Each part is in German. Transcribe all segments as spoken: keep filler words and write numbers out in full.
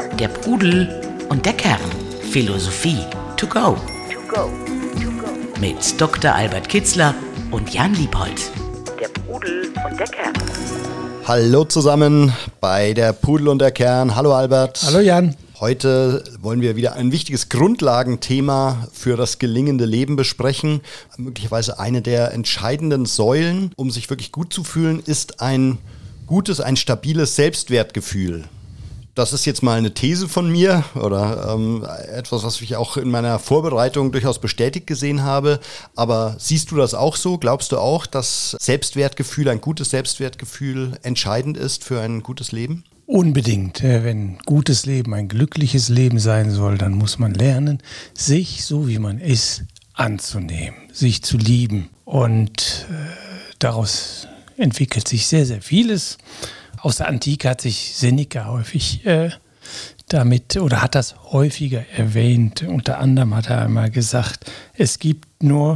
Der Pudel und der Kern. Philosophie to go. To go. To go. Mit Doktor Albert Kitzler und Jan Liebold. Der Pudel und der Kern. Hallo zusammen bei der Pudel und der Kern. Hallo Albert. Hallo Jan. Heute wollen wir wieder ein wichtiges Grundlagenthema für das gelingende Leben besprechen. Möglicherweise eine der entscheidenden Säulen, um sich wirklich gut zu fühlen, ist ein gutes, ein stabiles Selbstwertgefühl. Das ist jetzt mal eine These von mir oder ähm, etwas, was ich auch in meiner Vorbereitung durchaus bestätigt gesehen habe. Aber siehst du das auch so? Glaubst du auch, dass Selbstwertgefühl, ein gutes Selbstwertgefühl entscheidend ist für ein gutes Leben? Unbedingt. Wenn gutes Leben ein glückliches Leben sein soll, dann muss man lernen, sich so wie man ist anzunehmen, sich zu lieben. Und äh, daraus entwickelt sich sehr, sehr vieles. Aus der Antike hat sich Seneca häufig äh, damit oder hat das häufiger erwähnt. Unter anderem hat er einmal gesagt, es gibt nur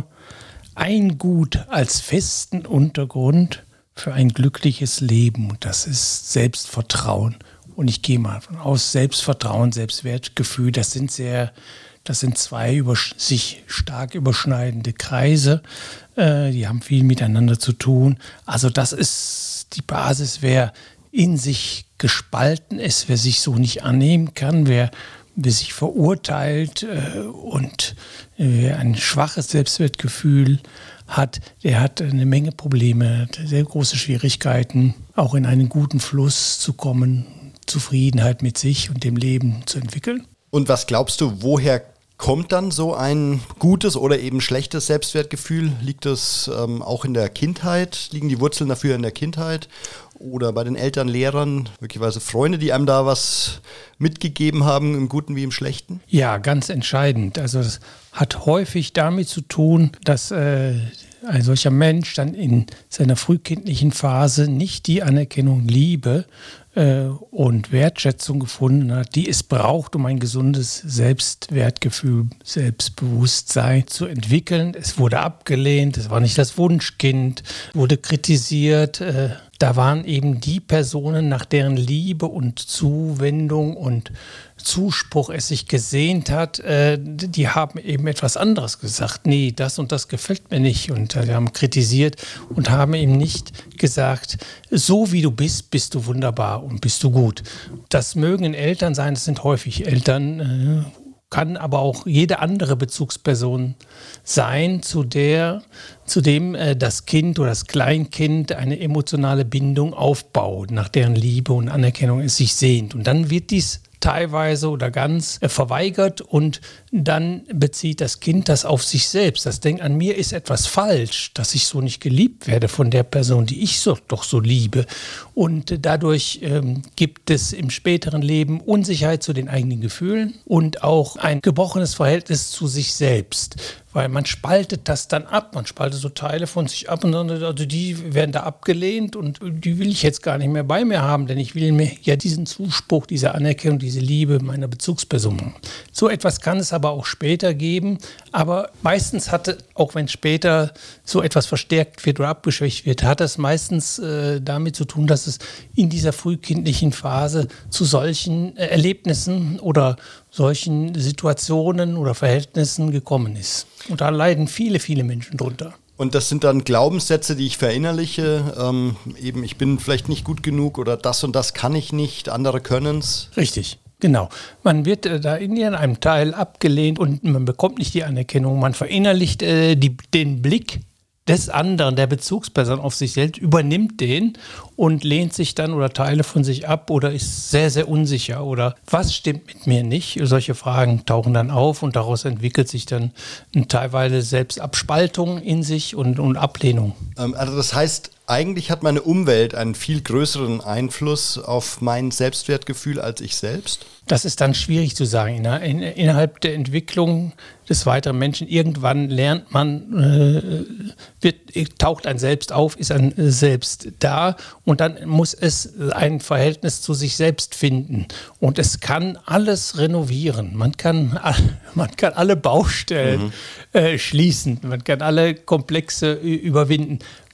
ein Gut als festen Untergrund für ein glückliches Leben. Und das ist Selbstvertrauen. Und ich gehe mal davon aus, Selbstvertrauen, Selbstwertgefühl, das sind sehr, das sind zwei über, sich stark überschneidende Kreise. Äh, die haben viel miteinander zu tun. Also das ist die Basis, wer in sich gespalten ist, wer sich so nicht annehmen kann, wer, wer sich verurteilt äh, und äh, wer ein schwaches Selbstwertgefühl hat, der hat eine Menge Probleme, hat sehr große Schwierigkeiten, auch in einen guten Fluss zu kommen, Zufriedenheit mit sich und dem Leben zu entwickeln. Und was glaubst du, woher kommt dann so ein gutes oder eben schlechtes Selbstwertgefühl? Liegt es ähm, auch in der Kindheit? Liegen die Wurzeln dafür in der Kindheit? Oder bei den Eltern, Lehrern, möglicherweise Freunde, die einem da was mitgegeben haben, im Guten wie im Schlechten? Ja, ganz entscheidend. Also das hat häufig damit zu tun, dass äh, ein solcher Mensch dann in seiner frühkindlichen Phase nicht die Anerkennung, Liebe äh, und Wertschätzung gefunden hat, die es braucht, um ein gesundes Selbstwertgefühl, Selbstbewusstsein zu entwickeln. Es wurde abgelehnt, es war nicht das Wunschkind, wurde kritisiert. Äh, Da waren eben die Personen, nach deren Liebe und Zuwendung und Zuspruch es sich gesehnt hat, äh, die haben eben etwas anderes gesagt. Nee, das und das gefällt mir nicht. Und äh, die haben kritisiert und haben eben nicht gesagt, so wie du bist, bist du wunderbar und bist du gut. Das mögen Eltern sein, das sind häufig Eltern, äh, kann aber auch jede andere Bezugsperson sein, zu der, zu dem äh, das Kind oder das Kleinkind eine emotionale Bindung aufbaut, nach deren Liebe und Anerkennung es sich sehnt. Und dann wird dies teilweise oder ganz äh, verweigert und dann bezieht das Kind das auf sich selbst. Das denkt, an mir ist etwas falsch, dass ich so nicht geliebt werde von der Person, die ich so, doch so liebe. Und äh, dadurch ähm, gibt es im späteren Leben Unsicherheit zu den eigenen Gefühlen und auch ein gebrochenes Verhältnis zu sich selbst. Weil man spaltet das dann ab, man spaltet so Teile von sich ab und dann, also die werden da abgelehnt und die will ich jetzt gar nicht mehr bei mir haben, denn ich will mir ja diesen Zuspruch, diese Anerkennung, diese Liebe meiner Bezugsperson haben. So etwas kann es aber auch später geben, aber meistens hatte, auch wenn später so etwas verstärkt wird oder abgeschwächt wird, hat es meistens äh, damit zu tun, dass es in dieser frühkindlichen Phase zu solchen äh, Erlebnissen oder solchen Situationen oder Verhältnissen gekommen ist. Und da leiden viele, viele Menschen drunter. Und das sind dann Glaubenssätze, die ich verinnerliche, ähm, eben ich bin vielleicht nicht gut genug oder das und das kann ich nicht, andere können es. Richtig, genau. Man wird äh, da in einem Teil abgelehnt und man bekommt nicht die Anerkennung. Man verinnerlicht äh, die, den Blick des anderen, der Bezugsperson auf sich selbst, übernimmt den und lehnt sich dann oder Teile von sich ab oder ist sehr, sehr unsicher oder was stimmt mit mir nicht? Solche Fragen tauchen dann auf und daraus entwickelt sich dann teilweise Selbstabspaltung in sich und, und Ablehnung. Ähm, also das heißt, eigentlich hat meine Umwelt einen viel größeren Einfluss auf mein Selbstwertgefühl als ich selbst? Das ist dann schwierig zu sagen. In, in, innerhalb der Entwicklung des weiteren Menschen, irgendwann lernt man, äh, wird, taucht ein Selbst auf, ist ein Selbst da und dann muss es ein Verhältnis zu sich selbst finden. Und es kann alles renovieren. Man kann, man kann alle Baustellen mhm. äh, schließen. Man kann alle Komplexe überwinden.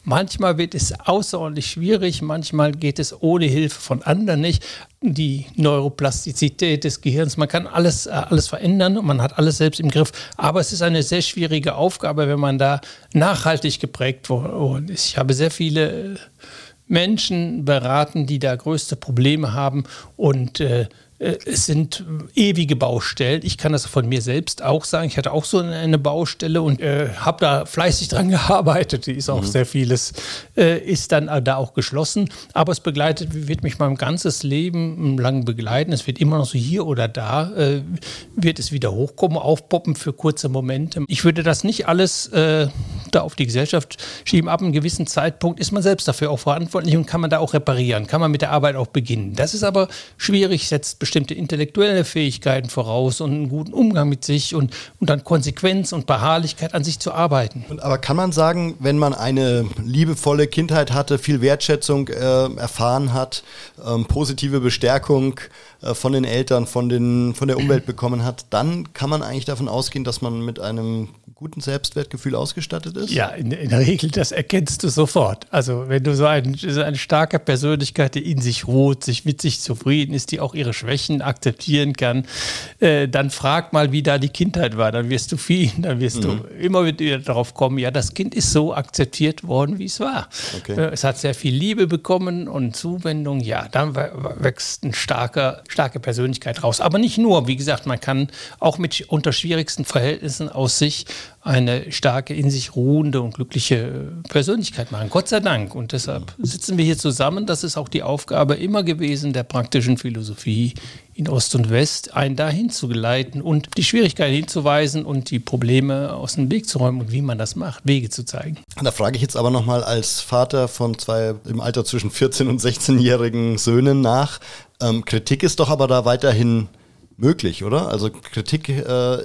Manchmal wird es außerordentlich schwierig, manchmal geht es ohne Hilfe von anderen nicht. Die Neuroplastizität des Gehirns, man kann alles, alles verändern und man hat alles selbst im Griff. Aber es ist eine sehr schwierige Aufgabe, wenn man da nachhaltig geprägt wurde. Ich habe sehr viele Menschen beraten, die da größte Probleme haben und äh, es sind ewige Baustellen. Ich kann das von mir selbst auch sagen. Ich hatte auch so eine Baustelle und äh, habe da fleißig dran gearbeitet. Die ist auch mhm. sehr vieles, äh, ist dann da auch geschlossen. Aber es begleitet, wird mich mein ganzes Leben lang begleiten. Es wird immer noch so hier oder da, äh, wird es wieder hochkommen, aufpoppen für kurze Momente. Ich würde das nicht alles äh, da auf die Gesellschaft schieben. Ab einem gewissen Zeitpunkt ist man selbst dafür auch verantwortlich und kann man da auch reparieren, kann man mit der Arbeit auch beginnen. Das ist aber schwierig, setzt bestimmte intellektuelle Fähigkeiten voraus und einen guten Umgang mit sich und, und dann Konsequenz und Beharrlichkeit an sich zu arbeiten. Aber kann man sagen, wenn man eine liebevolle Kindheit hatte, viel Wertschätzung äh, erfahren hat, ähm, positive Bestärkung äh, von den Eltern, von, den, von der Umwelt bekommen hat, dann kann man eigentlich davon ausgehen, dass man mit einem guten Selbstwertgefühl ausgestattet ist? Ja, in, in der Regel, das erkennst du sofort. Also wenn du so, ein, so eine starke Persönlichkeit, die in sich ruht, sich mit sich zufrieden ist, die auch ihre Schwächen akzeptieren kann, äh, dann frag mal, wie da die Kindheit war. Dann wirst du viel, dann wirst mhm. du immer wieder darauf kommen, ja, das Kind ist so akzeptiert worden, wie es war. Okay. Äh, es hat sehr viel Liebe bekommen und Zuwendung. Ja, dann wächst eine starke, starke Persönlichkeit raus. Aber nicht nur, wie gesagt, man kann auch mit unter schwierigsten Verhältnissen aus sich eine starke, in sich ruhende und glückliche Persönlichkeit machen. Gott sei Dank. Und deshalb sitzen wir hier zusammen. Das ist auch die Aufgabe immer gewesen der praktischen Philosophie in Ost und West, einen dahin zu geleiten und die Schwierigkeiten hinzuweisen und die Probleme aus dem Weg zu räumen und wie man das macht, Wege zu zeigen. Da frage ich jetzt aber nochmal als Vater von zwei im Alter zwischen vierzehn- und sechzehnjährigen Söhnen nach. Ähm, Kritik ist doch aber da weiterhin möglich, oder? Also Kritik äh,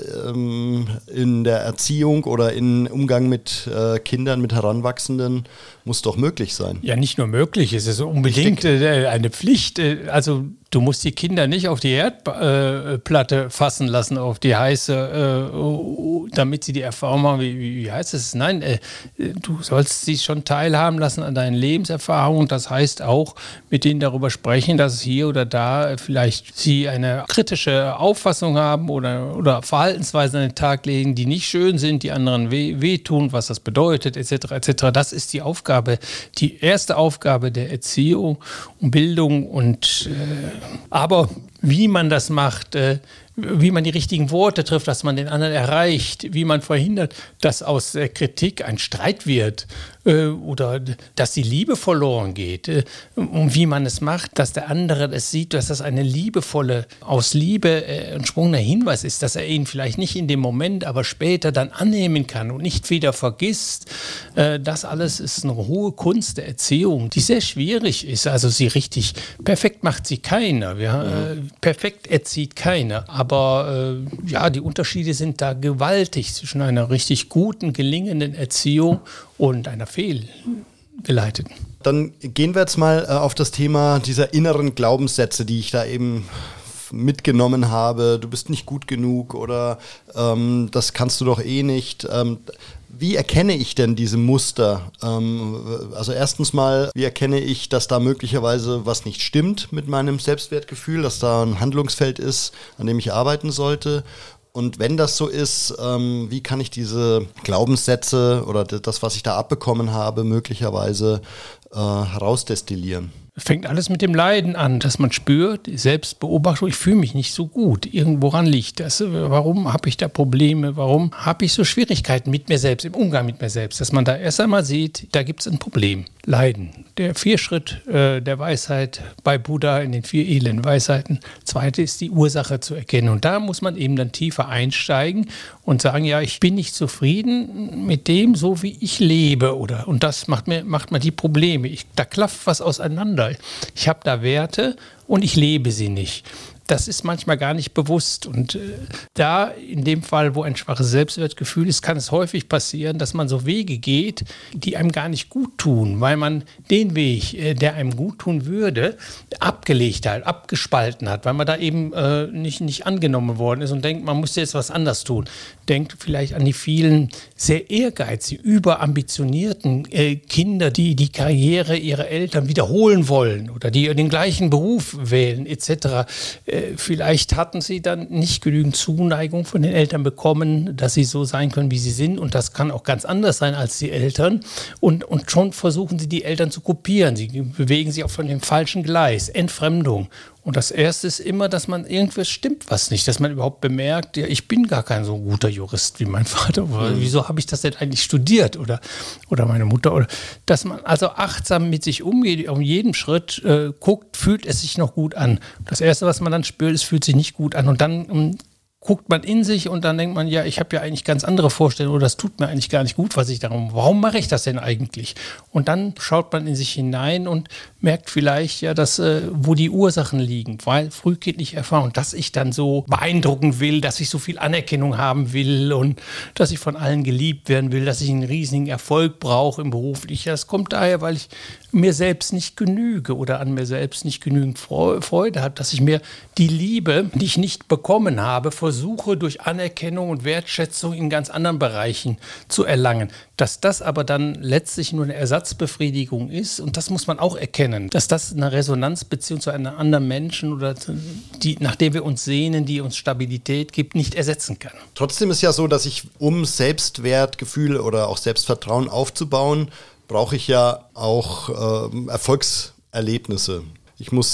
ähm, in der Erziehung oder im Umgang mit äh, Kindern, mit Heranwachsenden muss doch möglich sein. Ja, nicht nur möglich, es ist unbedingt äh, eine Pflicht. Äh, also du musst die Kinder nicht auf die Herdplatte äh, fassen lassen, auf die heiße, äh, damit sie die Erfahrung machen, wie, wie, wie heißt es? Nein, äh, du sollst sie schon teilhaben lassen an deinen Lebenserfahrungen. Das heißt auch mit denen darüber sprechen, dass es hier oder da vielleicht sie eine kritische Auffassung haben oder, oder Verhaltensweisen an den Tag legen, die nicht schön sind, die anderen weh, wehtun, was das bedeutet, et cetera et cetera. Das ist die Aufgabe, die erste Aufgabe der Erziehung und Bildung und äh, aber wie man das macht, äh, wie man die richtigen Worte trifft, dass man den anderen erreicht, wie man verhindert, dass aus äh, Kritik ein Streit wird äh, oder dass die Liebe verloren geht äh, und wie man es macht, dass der andere es sieht, dass das eine liebevolle, aus Liebe äh, entsprungener Hinweis ist, dass er ihn vielleicht nicht in dem Moment, aber später dann annehmen kann und nicht wieder vergisst. Äh, das alles ist eine hohe Kunst der Erziehung, die sehr schwierig ist. Also sie richtig, perfekt macht sie keiner. Ja, äh, perfekt erzieht keiner. Aber äh, ja, die Unterschiede sind da gewaltig zwischen einer richtig guten, gelingenden Erziehung und einer fehlgeleiteten. Dann gehen wir jetzt mal äh, auf das Thema dieser inneren Glaubenssätze, die ich da eben mitgenommen habe. Du bist nicht gut genug oder ähm, das kannst du doch eh nicht. Ähm, Wie erkenne ich denn diese Muster? Ähm, also erstens mal, wie erkenne ich, dass da möglicherweise was nicht stimmt mit meinem Selbstwertgefühl, dass da ein Handlungsfeld ist, an dem ich arbeiten sollte? Und wenn das so ist, ähm, wie kann ich diese Glaubenssätze oder das, was ich da abbekommen habe, möglicherweise äh, herausdestillieren? Fängt alles mit dem Leiden an, dass man spürt, die Selbstbeobachtung, ich fühle mich nicht so gut, irgendworan liegt das, warum habe ich da Probleme, warum habe ich so Schwierigkeiten mit mir selbst, im Umgang mit mir selbst, dass man da erst einmal sieht, da gibt es ein Problem, Leiden. Der Vierschritt äh, der Weisheit bei Buddha in den vier edlen Weisheiten, zweite ist die Ursache zu erkennen und da muss man eben dann tiefer einsteigen und sagen, ja, ich bin nicht zufrieden mit dem, so wie ich lebe oder und das macht mir, macht mir die Probleme, ich, da klafft was auseinander. Ich habe da Werte und ich lebe sie nicht. das ist manchmal gar nicht bewusst. Und äh, da, in dem Fall, wo ein schwaches Selbstwertgefühl ist, kann es häufig passieren, dass man so Wege geht, die einem gar nicht gut tun, weil man den Weg, äh, der einem gut tun würde, abgelegt hat, abgespalten hat, weil man da eben äh, nicht, nicht angenommen worden ist und denkt, man muss jetzt was anders tun. Denkt vielleicht an die vielen sehr ehrgeizigen, überambitionierten äh, Kinder, die die Karriere ihrer Eltern wiederholen wollen oder die den gleichen Beruf wählen et cetera. Vielleicht hatten sie dann nicht genügend Zuneigung von den Eltern bekommen, dass sie so sein können, wie sie sind. Und das kann auch ganz anders sein als die Eltern. Und, und schon versuchen sie, die Eltern zu kopieren. Sie bewegen sich auch von dem falschen Gleis, Entfremdung. Und das Erste ist immer, dass man irgendwas stimmt was nicht, dass man überhaupt bemerkt, ja, ich bin gar kein so guter Jurist wie mein Vater. Oder mhm. Wieso habe ich das denn eigentlich studiert? Oder, oder meine Mutter. Oder dass man also achtsam mit sich umgeht, auf jedem Schritt äh, guckt, fühlt es sich noch gut an. Das Erste, was man dann spürt, es fühlt sich nicht gut an. Und dann um, guckt man in sich und dann denkt man, ja, ich habe ja eigentlich ganz andere Vorstellungen oder das tut mir eigentlich gar nicht gut, was ich darum, warum mache ich das denn eigentlich? Und dann schaut man in sich hinein und merkt vielleicht ja, dass, äh, wo die Ursachen liegen, weil frühkindliche Erfahrung, dass ich dann so beeindrucken will, dass ich so viel Anerkennung haben will und dass ich von allen geliebt werden will, dass ich einen riesigen Erfolg brauche im Beruflichen. Das kommt daher, weil ich mir selbst nicht genüge oder an mir selbst nicht genügend Freude habe, dass ich mir die Liebe, die ich nicht bekommen habe, versuche durch Anerkennung und Wertschätzung in ganz anderen Bereichen zu erlangen. Dass das aber dann letztlich nur eine Ersatzbefriedigung ist und das muss man auch erkennen, dass das eine Resonanzbeziehung zu einem anderen Menschen oder die, nach dem wir uns sehnen, die uns Stabilität gibt, nicht ersetzen kann. Trotzdem ist ja so, dass ich, um Selbstwertgefühl oder auch Selbstvertrauen aufzubauen, brauche ich ja auch äh, Erfolgserlebnisse. Ich muss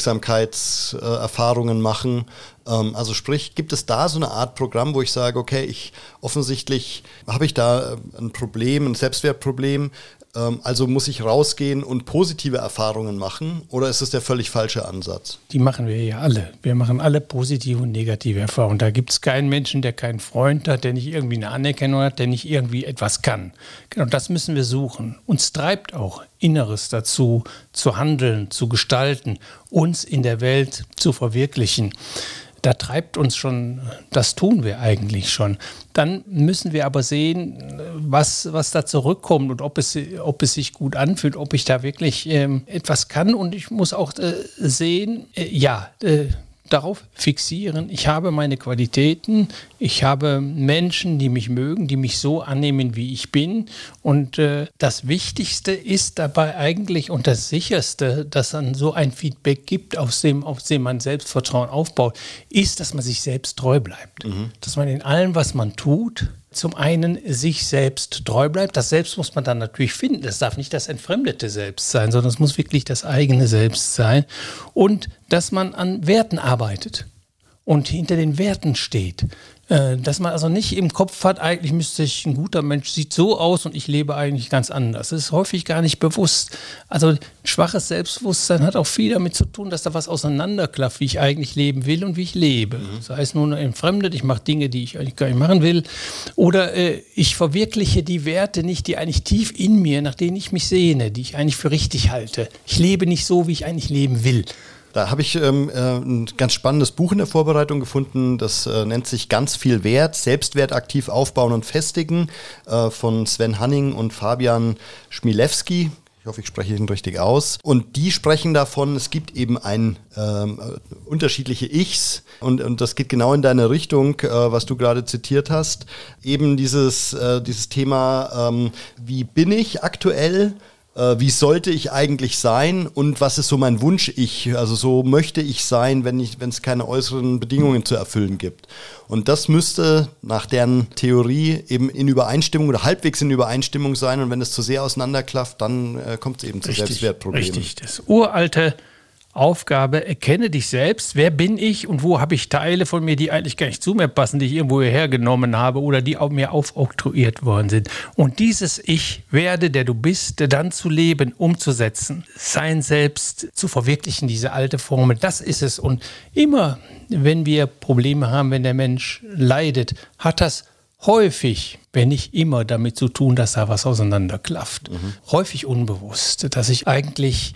Selbstwirksamkeitserfahrungen äh, machen. Ähm, also sprich, gibt es da so eine Art Programm, wo ich sage, okay, ich offensichtlich habe ich da ein Problem, ein Selbstwertproblem, ähm, also muss ich rausgehen und positive Erfahrungen machen, oder ist es der völlig falsche Ansatz? Die machen wir ja alle. Wir machen alle positive und negative Erfahrungen. Da gibt es keinen Menschen, der keinen Freund hat, der nicht irgendwie eine Anerkennung hat, der nicht irgendwie etwas kann. Genau, das müssen wir suchen. Uns treibt auch Inneres dazu, zu handeln, zu gestalten, uns in der Welt zu verwirklichen. Da treibt uns schon, das tun wir eigentlich schon. Dann müssen wir aber sehen, was, was da zurückkommt und ob es, ob es sich gut anfühlt, ob ich da wirklich ähm, etwas kann. Und ich muss auch äh, sehen, äh, ja, äh, darauf fixieren, ich habe meine Qualitäten, ich habe Menschen, die mich mögen, die mich so annehmen, wie ich bin. Und äh, das Wichtigste ist dabei eigentlich und das Sicherste, dass dann so ein Feedback gibt, aus dem, aus dem man Selbstvertrauen aufbaut, ist, dass man sich selbst treu bleibt. Mhm. Dass man in allem, was man tut, zum einen sich selbst treu bleibt. Das Selbst muss man dann natürlich finden. Das darf nicht das entfremdete Selbst sein, sondern es muss wirklich das eigene Selbst sein. Und dass man an Werten arbeitet und hinter den Werten steht. Dass man also nicht im Kopf hat, eigentlich müsste ich, ein guter Mensch sieht so aus und ich lebe eigentlich ganz anders. Das ist häufig gar nicht bewusst. Also schwaches Selbstbewusstsein hat auch viel damit zu tun, dass da was auseinanderklafft, wie ich eigentlich leben will und wie ich lebe. Mhm. Das heißt nur entfremdet, ich mache Dinge, die ich eigentlich gar nicht machen will. Oder äh, ich verwirkliche die Werte nicht, die eigentlich tief in mir, nach denen ich mich sehne, die ich eigentlich für richtig halte. Ich lebe nicht so, wie ich eigentlich leben will. Da habe ich ähm, äh, ein ganz spannendes Buch in der Vorbereitung gefunden, das äh, nennt sich Ganz viel Wert, Selbstwert aktiv aufbauen und festigen, äh, von Sven Hanning und Fabian Schmilewski. Ich hoffe, ich spreche ihn richtig aus. Und die sprechen davon, es gibt eben ein ähm, unterschiedliche Ichs und, und das geht genau in deine Richtung, äh, was du gerade zitiert hast. Eben dieses, äh, dieses Thema, ähm, wie bin ich aktuell? Wie sollte ich eigentlich sein und was ist so mein Wunsch-Ich? Also so möchte ich sein, wenn ich, wenn es keine äußeren Bedingungen zu erfüllen gibt. Und das müsste nach deren Theorie eben in Übereinstimmung oder halbwegs in Übereinstimmung sein. Und wenn es zu sehr auseinanderklafft, dann äh, kommt es eben zu Selbstwertproblemen. Richtig, das uralte Aufgabe, erkenne dich selbst, wer bin ich und wo habe ich Teile von mir, die eigentlich gar nicht zu mir passen, die ich irgendwo hergenommen habe oder die auch mir aufoktroyiert worden sind. Und dieses Ich werde, der du bist, dann zu leben, umzusetzen, sein Selbst zu verwirklichen, diese alte Formel, das ist es. Und immer, wenn wir Probleme haben, wenn der Mensch leidet, hat das häufig, wenn nicht immer, damit zu tun, dass da was auseinanderklafft. Mhm. Häufig unbewusst, dass ich eigentlich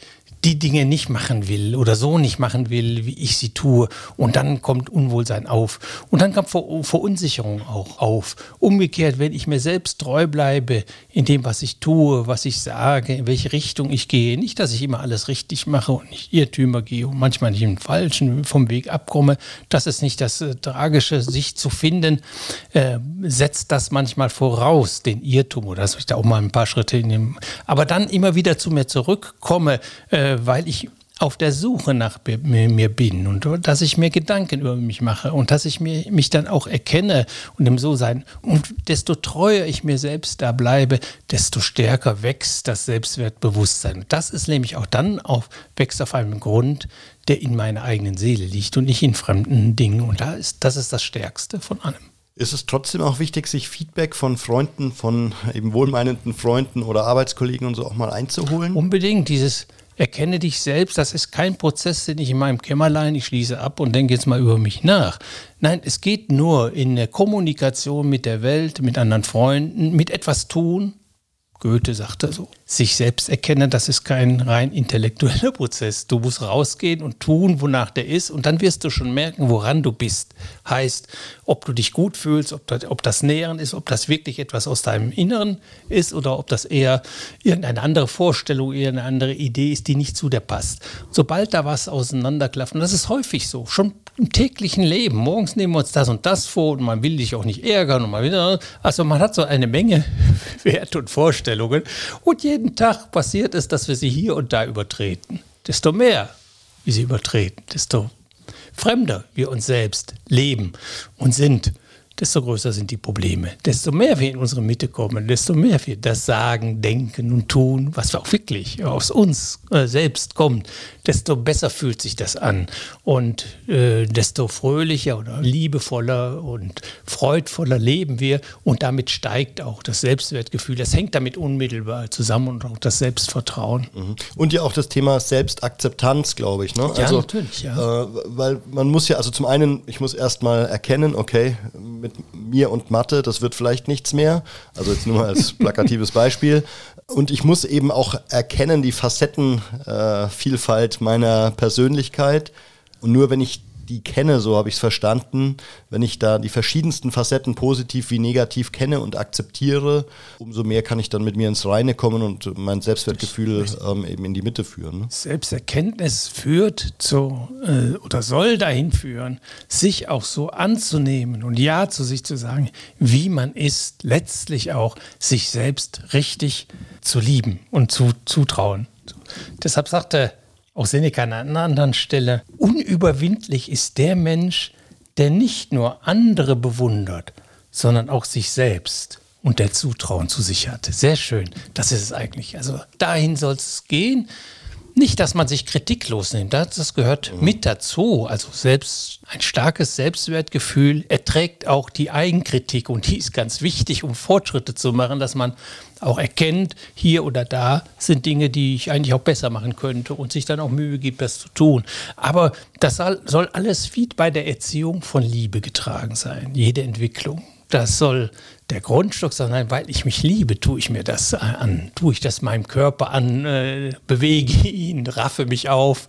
die Dinge nicht machen will oder so nicht machen will, wie ich sie tue. Und dann kommt Unwohlsein auf. Und dann kommt Ver- Verunsicherung auch auf. Umgekehrt, wenn ich mir selbst treu bleibe in dem, was ich tue, was ich sage, in welche Richtung ich gehe, nicht, dass ich immer alles richtig mache und nicht Irrtümer gehe und manchmal nicht im Falschen vom Weg abkomme, das ist nicht das äh, Tragische, sich zu finden, äh, setzt das manchmal voraus, den Irrtum, oder dass ich da auch mal ein paar Schritte in dem, aber dann immer wieder zu mir zurückkomme, äh, weil ich auf der Suche nach mir bin und dass ich mir Gedanken über mich mache und dass ich mir, mich dann auch erkenne und im So-Sein. Und desto treuer ich mir selbst da bleibe, desto stärker wächst das Selbstwertbewusstsein. Und das ist nämlich auch dann auf, wächst auf einem Grund, der in meiner eigenen Seele liegt und nicht in fremden Dingen. Und da ist, das ist das Stärkste von allem. Ist es trotzdem auch wichtig, sich Feedback von Freunden, von eben wohlmeinenden Freunden oder Arbeitskollegen und so auch mal einzuholen? Unbedingt, dieses Erkenne dich selbst, das ist kein Prozess, den ich in meinem Kämmerlein, ich schließe ab und denke jetzt mal über mich nach. Nein, es geht nur in der Kommunikation mit der Welt, mit anderen Freunden, mit etwas tun. Goethe sagte so, sich selbst erkennen, das ist kein rein intellektueller Prozess. Du musst rausgehen und tun, wonach der ist, und dann wirst du schon merken, woran du bist. Heißt, ob du dich gut fühlst, ob das, ob das Nähren ist, ob das wirklich etwas aus deinem Inneren ist oder ob das eher irgendeine andere Vorstellung, eher eine andere Idee ist, die nicht zu dir passt. Sobald da was auseinanderklafft, und das ist häufig so, schon im täglichen Leben. Morgens nehmen wir uns das und das vor und man will dich auch nicht ärgern und mal wieder. Also man hat so eine Menge Werte und Vorstellungen und jeden Tag passiert es, dass wir sie hier und da übertreten. Desto mehr wir sie übertreten, desto fremder wir uns selbst leben und sind, desto größer sind die Probleme. Desto mehr wir in unsere Mitte kommen, desto mehr wir das sagen, denken und tun, was auch wirklich aus uns äh, selbst kommt, desto besser fühlt sich das an und äh, desto fröhlicher oder liebevoller und freudvoller leben wir und damit steigt auch das Selbstwertgefühl. Das hängt damit unmittelbar zusammen und auch das Selbstvertrauen. Mhm. Und ja auch das Thema Selbstakzeptanz, glaube ich. Ne? Ja, also, natürlich, ja. Äh, weil man muss ja, also zum einen, ich muss erstmal erkennen, okay, mit mir und Mathe, das wird vielleicht nichts mehr. Also jetzt nur mal als plakatives Beispiel. Und ich muss eben auch erkennen, die Facettenvielfalt äh, meiner Persönlichkeit. Und nur wenn ich die kenne, so habe ich es verstanden, wenn ich da die verschiedensten Facetten positiv wie negativ kenne und akzeptiere, umso mehr kann ich dann mit mir ins Reine kommen und mein Selbstwertgefühl ähm, eben in die Mitte führen. Ne? Selbsterkenntnis führt zu, äh, oder soll dahin führen, sich auch so anzunehmen und Ja zu sich zu sagen, wie man ist, letztlich auch sich selbst richtig zu lieben und zu zutrauen. Deshalb sagte auch Seneca an einer anderen Stelle, unüberwindlich ist der Mensch, der nicht nur andere bewundert, sondern auch sich selbst und der Zutrauen zu sich hat. Sehr schön, das ist es eigentlich. Also dahin soll es gehen. Nicht, dass man sich kritiklos nimmt, das gehört mit dazu. Also selbst ein starkes Selbstwertgefühl erträgt auch die Eigenkritik und die ist ganz wichtig, um Fortschritte zu machen, dass man auch erkennt, hier oder da sind Dinge, die ich eigentlich auch besser machen könnte und sich dann auch Mühe gibt, das zu tun. Aber das soll alles wie bei der Erziehung von Liebe getragen sein, jede Entwicklung. Das soll der Grundstock sein, weil ich mich liebe, tue ich mir das an, tue ich das meinem Körper an, äh, bewege ihn, raffe mich auf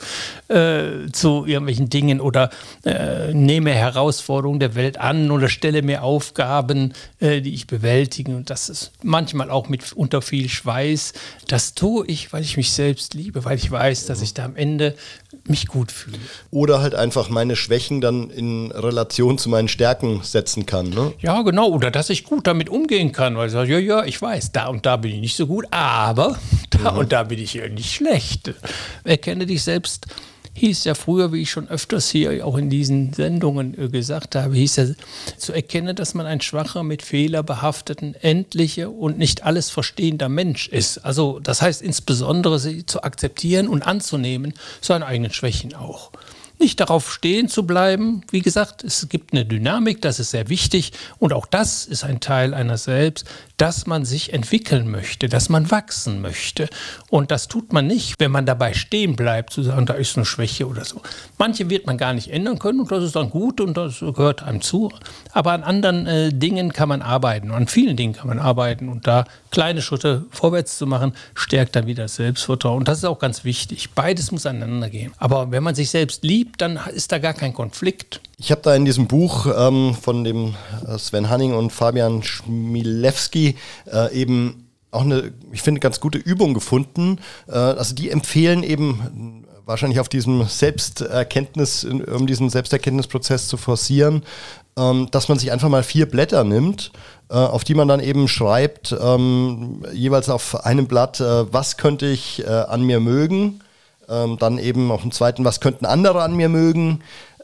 äh, zu irgendwelchen Dingen oder äh, nehme Herausforderungen der Welt an oder stelle mir Aufgaben, äh, die ich bewältige. Und das ist manchmal auch mit unter viel Schweiß. Das tue ich, weil ich mich selbst liebe, weil ich weiß, dass ich da am Ende mich gut fühle. Oder halt einfach meine Schwächen dann in Relation zu meinen Stärken setzen kann. Ne? Ja, genau. Oder dass ich gut damit umgehen kann, weil ich sage, ja, ja, ich weiß, da und da bin ich nicht so gut, aber da mhm. und da bin ich ja nicht schlecht. Erkenne dich selbst, hieß ja früher, wie ich schon öfters hier auch in diesen Sendungen gesagt habe, hieß ja zu erkennen, dass man ein schwacher, mit Fehler behafteten, endlicher und nicht alles verstehender Mensch ist. Also das heißt insbesondere, sie zu akzeptieren und anzunehmen, seine eigenen Schwächen auch. nicht darauf stehen zu bleiben. Wie gesagt, es gibt eine Dynamik, das ist sehr wichtig und auch das ist ein Teil einer selbst, dass man sich entwickeln möchte, dass man wachsen möchte. Und das tut man nicht, wenn man dabei stehen bleibt, zu sagen, da ist eine Schwäche oder so. Manche wird man gar nicht ändern können und das ist dann gut und das gehört einem zu. Aber an anderen äh, Dingen kann man arbeiten, an vielen Dingen kann man arbeiten und da kleine Schritte vorwärts zu machen, stärkt dann wieder das Selbstvertrauen. Und das ist auch ganz wichtig. Beides muss aneinander gehen. Aber wenn man sich selbst liebt, dann ist da gar kein Konflikt. Ich habe da in diesem Buch ähm, von dem Sven Hanning und Fabian Schmilewski äh, eben auch eine, ich finde, ganz gute Übung gefunden. Äh, also die empfehlen eben wahrscheinlich auf diesem Selbsterkenntnis, um diesen Selbsterkenntnisprozess zu forcieren, ähm, dass man sich einfach mal vier Blätter nimmt, äh, auf die man dann eben schreibt, ähm, jeweils auf einem Blatt, äh, was könnte ich äh, an mir mögen, ähm, dann eben auf dem zweiten, was könnten andere an mir mögen,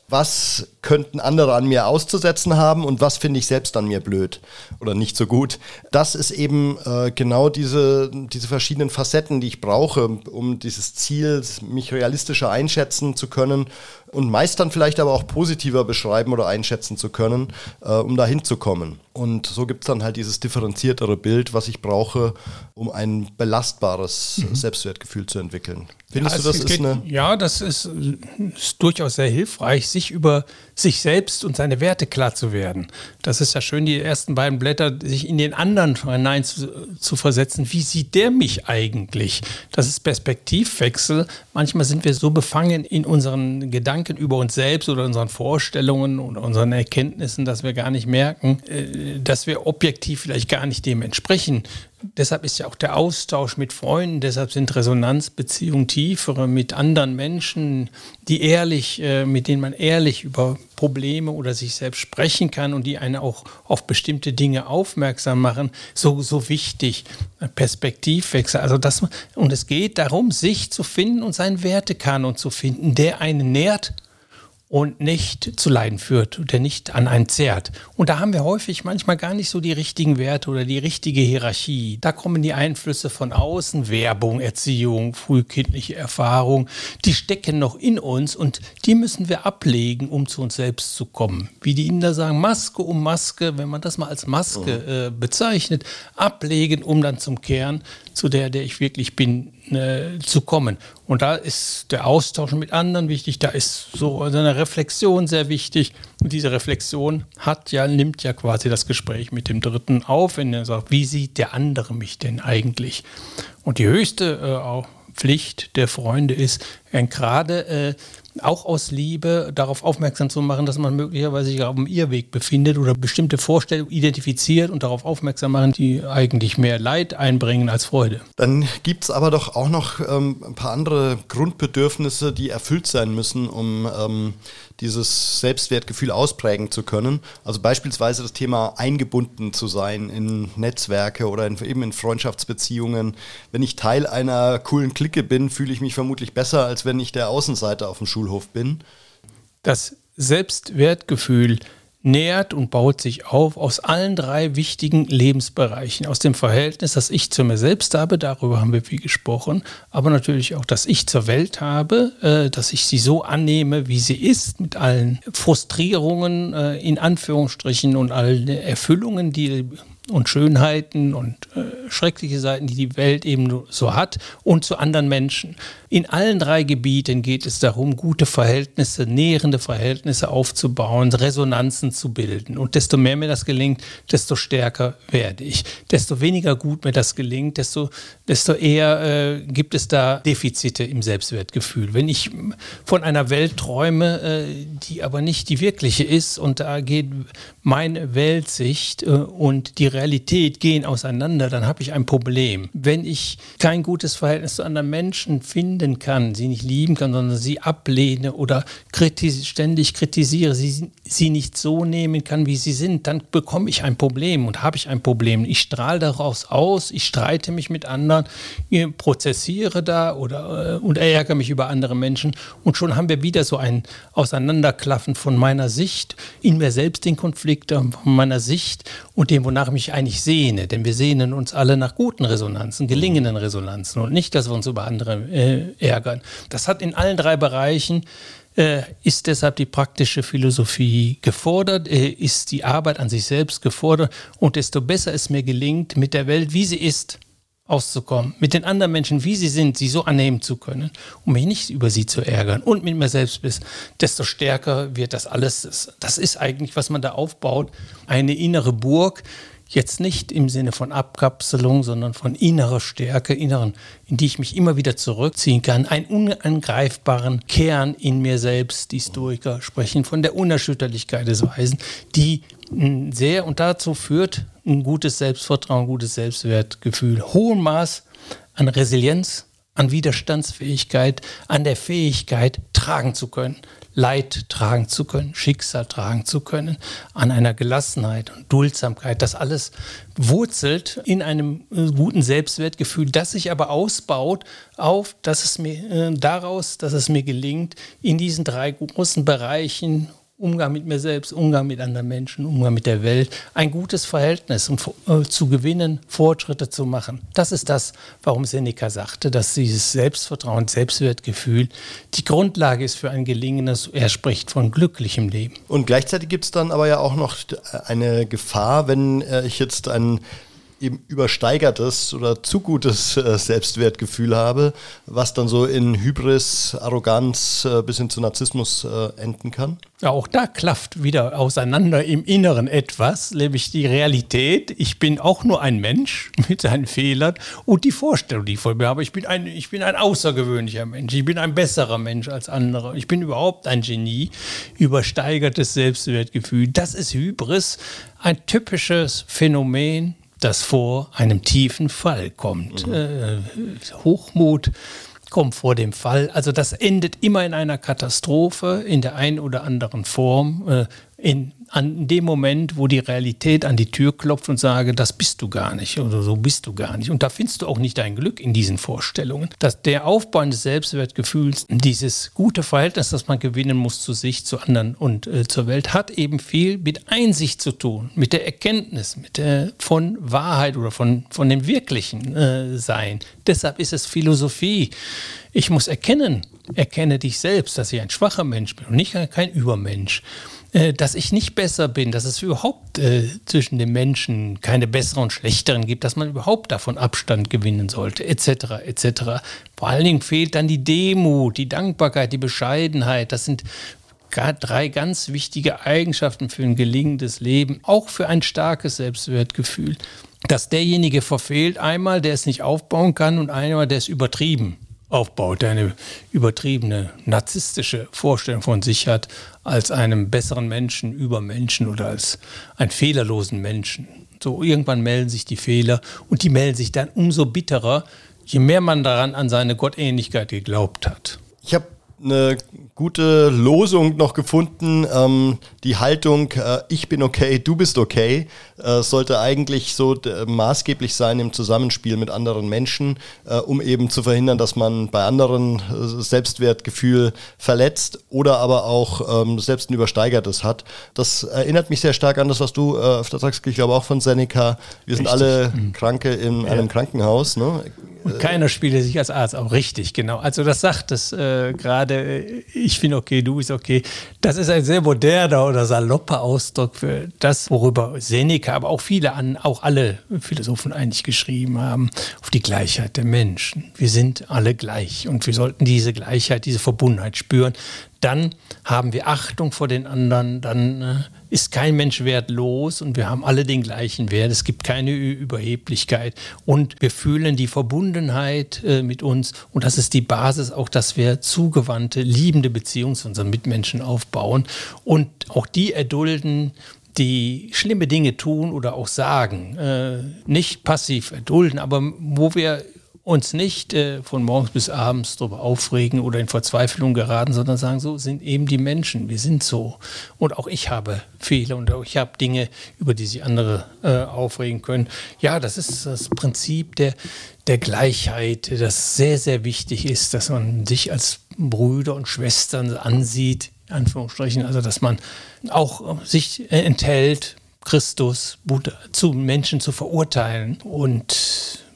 was könnten andere an mir auszusetzen haben und was finde ich selbst an mir blöd oder nicht so gut. Das ist eben äh, genau diese, diese verschiedenen Facetten, die ich brauche, um dieses Ziel, mich realistischer einschätzen zu können und meist dann vielleicht aber auch positiver beschreiben oder einschätzen zu können, äh, um da hinzukommen. Und so gibt es dann halt dieses differenziertere Bild, was ich brauche, um ein belastbares mhm. Selbstwertgefühl zu entwickeln. Findest ja, du, das ist geht, eine... Ja, das ist, ist durchaus sehr hilfreich, sich über sich selbst und seine Werte klar zu werden. Das ist ja schön, die ersten beiden Blätter, sich in den anderen hinein zu, zu versetzen. Wie sieht der mich eigentlich? Das ist Perspektivwechsel. Manchmal sind wir so befangen in unseren Gedanken über uns selbst oder unseren Vorstellungen oder unseren Erkenntnissen, dass wir gar nicht merken, dass wir objektiv vielleicht gar nicht dem entsprechen. Deshalb ist ja auch der Austausch mit Freunden, deshalb sind Resonanzbeziehungen tiefere mit anderen Menschen, die ehrlich, äh, mit denen man ehrlich über Probleme oder sich selbst sprechen kann und die einen auch auf bestimmte Dinge aufmerksam machen, so, so wichtig. Perspektivwechsel. Also das, und es geht darum, sich zu finden und seinen Wertekanon zu finden, der einen nährt und nicht zu Leiden führt, der nicht an einen zerrt. Und da haben wir häufig manchmal gar nicht so die richtigen Werte oder die richtige Hierarchie. Da kommen die Einflüsse von außen, Werbung, Erziehung, frühkindliche Erfahrung, die stecken noch in uns und die müssen wir ablegen, um zu uns selbst zu kommen. Wie die Inder sagen, Maske um Maske, wenn man das mal als Maske äh, bezeichnet, ablegen, um dann zum Kern, zu der, der ich wirklich bin, äh, zu kommen. Und da ist der Austausch mit anderen wichtig, da ist so eine Reflexion sehr wichtig. Und diese Reflexion hat ja, nimmt ja quasi das Gespräch mit dem Dritten auf, wenn er sagt, wie sieht der andere mich denn eigentlich? Und die höchste äh, auch Pflicht der Freunde ist, gerade äh, auch aus Liebe darauf aufmerksam zu machen, dass man möglicherweise sich auf dem Irrweg befindet oder bestimmte Vorstellungen identifiziert und darauf aufmerksam machen, die eigentlich mehr Leid einbringen als Freude. Dann gibt es aber doch auch noch ähm, ein paar andere Grundbedürfnisse, die erfüllt sein müssen, um ähm, dieses Selbstwertgefühl ausprägen zu können. Also beispielsweise das Thema eingebunden zu sein in Netzwerke oder in, eben in Freundschaftsbeziehungen. Wenn ich Teil einer coolen Clique bin, fühle ich mich vermutlich besser, als wenn ich der Außenseiter auf dem Schulhof bin. Das Selbstwertgefühl nährt und baut sich auf aus allen drei wichtigen Lebensbereichen. Aus dem Verhältnis, das ich zu mir selbst habe, darüber haben wir viel gesprochen, aber natürlich auch, das ich zur Welt habe, äh, dass ich sie so annehme, wie sie ist, mit allen Frustrierungen äh, in Anführungsstrichen und allen Erfüllungen, die und Schönheiten und äh, schreckliche Seiten, die die Welt eben so hat, und zu anderen Menschen. In allen drei Gebieten geht es darum, gute Verhältnisse, nährende Verhältnisse aufzubauen, Resonanzen zu bilden. Und desto mehr mir das gelingt, desto stärker werde ich. Desto weniger gut mir das gelingt, desto, desto eher äh, gibt es da Defizite im Selbstwertgefühl. Wenn ich von einer Welt träume, äh, die aber nicht die wirkliche ist, und da geht meine Weltsicht äh, und die Realität gehen auseinander, dann habe ich ein Problem. Wenn ich kein gutes Verhältnis zu anderen Menschen finden kann, sie nicht lieben kann, sondern sie ablehne oder kritis- ständig kritisiere, sie, sie nicht so nehmen kann, wie sie sind, dann bekomme ich ein Problem und habe ich ein Problem. Ich strahle daraus aus, ich streite mich mit anderen, prozessiere da oder, äh, und ärgere mich über andere Menschen, und schon haben wir wieder so ein Auseinanderklaffen von meiner Sicht, in mir selbst den Konflikt, von meiner Sicht und dem, wonach ich mich eigentlich sehne. Denn wir sehnen uns alle nach guten Resonanzen, gelingenden Resonanzen und nicht, dass wir uns über andere äh, ärgern. Das hat in allen drei Bereichen äh, ist deshalb die praktische Philosophie gefordert, äh, ist die Arbeit an sich selbst gefordert und desto besser es mir gelingt, mit der Welt, wie sie ist, auszukommen, mit den anderen Menschen, wie sie sind, sie so annehmen zu können, um mich nicht über sie zu ärgern und mit mir selbst bist, desto stärker wird das alles. Das ist eigentlich, was man da aufbaut, eine innere Burg, jetzt nicht im Sinne von Abkapselung, sondern von innerer Stärke, inneren, in die ich mich immer wieder zurückziehen kann, einen unangreifbaren Kern in mir selbst. Die Stoiker sprechen von der Unerschütterlichkeit des Weisen, die sehr und dazu führt ein gutes Selbstvertrauen, gutes Selbstwertgefühl, hohem Maß an Resilienz, an Widerstandsfähigkeit, an der Fähigkeit, tragen zu können, Leid tragen zu können, Schicksal tragen zu können, an einer Gelassenheit und Duldsamkeit. Das alles wurzelt in einem äh, guten Selbstwertgefühl, das sich aber ausbaut auf, dass es mir äh, daraus, dass es mir gelingt, in diesen drei großen Bereichen Umgang mit mir selbst, Umgang mit anderen Menschen, Umgang mit der Welt, ein gutes Verhältnis um, äh, zu gewinnen, Fortschritte zu machen. Das ist das, warum Seneca sagte, dass dieses Selbstvertrauen, Selbstwertgefühl die Grundlage ist für ein gelingendes, er spricht von glücklichem Leben. Und gleichzeitig gibt es dann aber ja auch noch eine Gefahr, wenn äh, ich jetzt ein eben übersteigertes oder zu gutes äh, Selbstwertgefühl habe, was dann so in Hybris, Arroganz äh, bis hin zu Narzissmus äh, enden kann? Ja, auch da klafft wieder auseinander im Inneren etwas, nämlich die Realität. Ich bin auch nur ein Mensch mit seinen Fehlern und die Vorstellung, die ich von mir habe, ich bin ein, ich bin ein außergewöhnlicher Mensch, ich bin ein besserer Mensch als andere, ich bin überhaupt ein Genie, übersteigertes Selbstwertgefühl. Das ist Hybris, ein typisches Phänomen, das vor einem tiefen Fall kommt. Mhm. Äh, Hochmut kommt vor dem Fall. Also das endet immer in einer Katastrophe in der einen oder anderen Form. Äh, in, an dem Moment, wo die Realität an die Tür klopft und sage, das bist du gar nicht oder so bist du gar nicht. Und da findest du auch nicht dein Glück in diesen Vorstellungen. Dass der Aufbau eines Selbstwertgefühls, dieses gute Verhältnis, das man gewinnen muss zu sich, zu anderen und äh, zur Welt, hat eben viel mit Einsicht zu tun, mit der Erkenntnis, mit der, von Wahrheit oder von, von dem wirklichen äh, Sein. Deshalb ist es Philosophie. Ich muss erkennen, erkenne dich selbst, dass ich ein schwacher Mensch bin und nicht kein Übermensch. Dass ich nicht besser bin, dass es überhaupt äh, zwischen den Menschen keine besseren und schlechteren gibt, dass man überhaupt davon Abstand gewinnen sollte, et cetera, et cetera. Vor allen Dingen fehlt dann die Demut, die Dankbarkeit, die Bescheidenheit. Das sind drei ganz wichtige Eigenschaften für ein gelingendes Leben, auch für ein starkes Selbstwertgefühl. Dass derjenige verfehlt einmal, der es nicht aufbauen kann und einmal, der es übertrieben aufbaut, der eine übertriebene, narzisstische Vorstellung von sich hat, als einem besseren Menschen, Übermenschen oder als einen fehlerlosen Menschen. So, irgendwann melden sich die Fehler und die melden sich dann umso bitterer, je mehr man daran an seine Gottähnlichkeit geglaubt hat. Ich habe eine gute Losung noch gefunden. Ähm, die Haltung, äh, ich bin okay, du bist okay, äh, sollte eigentlich so äh, maßgeblich sein im Zusammenspiel mit anderen Menschen, äh, um eben zu verhindern, dass man bei anderen äh, Selbstwertgefühl verletzt oder aber auch ähm, selbst ein übersteigertes hat. Das erinnert mich sehr stark an das, was du äh, öfter sagst, ich glaube auch von Seneca. Wir sind richtig. alle mhm. Kranke in ja. einem Krankenhaus, ne? Und keiner spielt sich als Arzt, auch richtig, genau. Also das sagt es äh, gerade, ich bin okay, du bist okay. Das ist ein sehr moderner oder salopper Ausdruck für das, worüber Seneca, aber auch viele, an, auch alle Philosophen eigentlich geschrieben haben, auf die Gleichheit der Menschen. Wir sind alle gleich und wir sollten diese Gleichheit, diese Verbundenheit spüren. Dann haben wir Achtung vor den anderen, dann äh, ist kein Mensch wertlos und wir haben alle den gleichen Wert. Es gibt keine Überheblichkeit und wir fühlen die Verbundenheit äh, mit uns und das ist die Basis auch, dass wir zugewandte, liebende Beziehungen zu unseren Mitmenschen aufbauen und auch die erdulden, die schlimme Dinge tun oder auch sagen. Äh, nicht passiv erdulden, aber wo wir uns nicht äh, von morgens bis abends darüber aufregen oder in Verzweiflung geraten, sondern sagen, so sind eben die Menschen, wir sind so. Und auch ich habe Fehler und auch ich habe Dinge, über die sich andere äh, aufregen können. Ja, das ist das Prinzip der, der Gleichheit, das sehr, sehr wichtig ist, dass man sich als Brüder und Schwestern ansieht, in Anführungsstrichen, also dass man auch sich enthält, Christus, Buddha, zu Menschen zu verurteilen und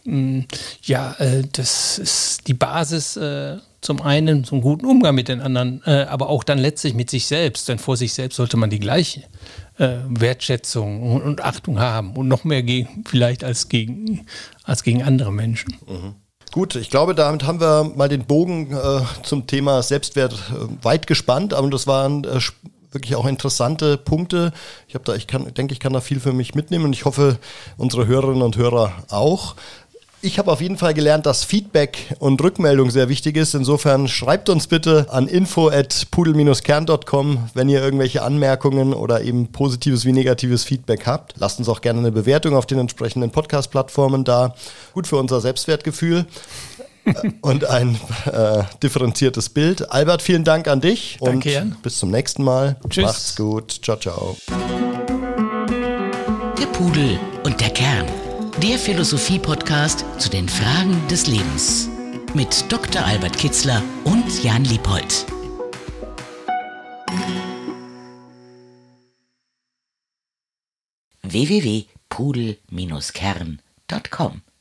mh, ja, äh, das ist die Basis äh, zum einen zum guten Umgang mit den anderen, äh, aber auch dann letztlich mit sich selbst. Denn vor sich selbst sollte man die gleiche äh, Wertschätzung und, und Achtung haben und noch mehr gegen, vielleicht als gegen, als gegen andere Menschen. Mhm. Gut, ich glaube, damit haben wir mal den Bogen äh, zum Thema Selbstwert äh, weit gespannt, aber das waren äh, wirklich auch interessante Punkte. Ich habe da, ich kann, denke, ich kann da viel für mich mitnehmen und ich hoffe, unsere Hörerinnen und Hörer auch. Ich habe auf jeden Fall gelernt, dass Feedback und Rückmeldung sehr wichtig ist. Insofern schreibt uns bitte an info at pudel dash kern dot com, wenn ihr irgendwelche Anmerkungen oder eben positives wie negatives Feedback habt. Lasst uns auch gerne eine Bewertung auf den entsprechenden Podcast-Plattformen da. Gut für unser Selbstwertgefühl und ein äh, differenziertes Bild. Albert, vielen Dank an dich. Danke, und Jan. Bis zum nächsten Mal. Tschüss. Macht's gut. Ciao, ciao. Der Pudel und der Kern. Der Philosophie-Podcast zu den Fragen des Lebens. Mit Doktor Albert Kitzler und Jan Liepoldt. w w w punkt pudel dash kern punkt com